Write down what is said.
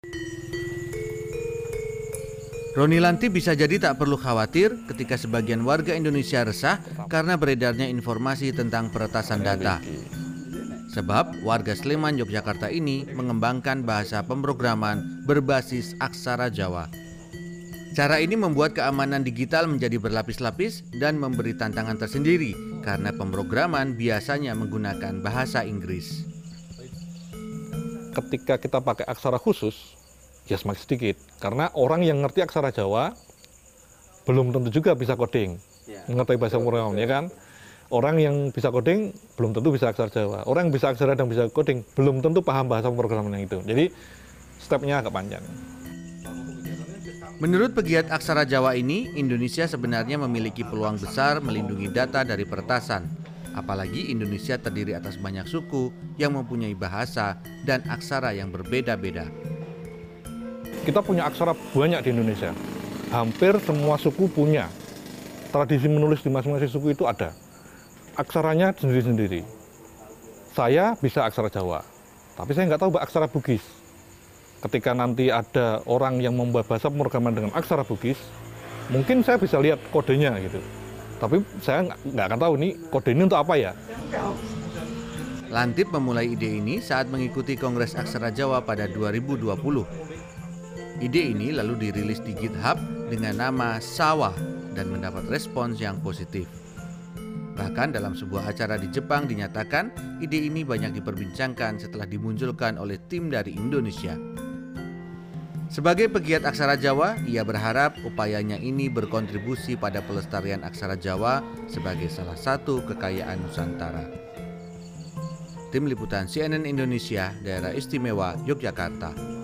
Roni Lanti bisa jadi tak perlu khawatir ketika sebagian warga Indonesia resah karena beredarnya informasi tentang peretasan data. Sebab warga Sleman, Yogyakarta ini mengembangkan bahasa pemrograman berbasis aksara Jawa. Cara ini membuat keamanan digital menjadi berlapis-lapis dan memberi tantangan tersendiri karena pemrograman biasanya menggunakan bahasa Inggris. Ketika kita pakai aksara khusus, ya semakin sedikit. Karena orang yang ngerti aksara Jawa belum tentu juga bisa coding, mengerti bahasa pemrograman, ya kan? Orang yang bisa coding belum tentu bisa aksara Jawa. Orang yang bisa aksara dan bisa coding belum tentu paham bahasa pemrograman yang itu. Jadi stepnya agak panjang. Menurut pegiat aksara Jawa ini, Indonesia sebenarnya memiliki peluang besar melindungi data dari peretasan. Apalagi Indonesia terdiri atas banyak suku yang mempunyai bahasa dan aksara yang berbeda-beda. Kita punya aksara banyak di Indonesia. Hampir semua suku punya. Tradisi menulis di masing-masing suku itu ada. Aksaranya sendiri-sendiri. Saya bisa aksara Jawa, tapi saya nggak tahu aksara Bugis. Ketika nanti ada orang yang membuat bahasa pemrograman dengan aksara Bugis, mungkin saya bisa lihat kodenya gitu. Tapi saya nggak akan tahu nih kode ini untuk apa ya. Lantip memulai ide ini saat mengikuti Kongres Aksara Jawa pada 2020. Ide ini lalu dirilis di GitHub dengan nama Sawah dan mendapat respons yang positif. Bahkan dalam sebuah acara di Jepang dinyatakan ide ini banyak diperbincangkan setelah dimunculkan oleh tim dari Indonesia. Sebagai pegiat aksara Jawa, ia berharap upayanya ini berkontribusi pada pelestarian aksara Jawa sebagai salah satu kekayaan Nusantara. Tim Liputan CNN Indonesia, Daerah Istimewa Yogyakarta.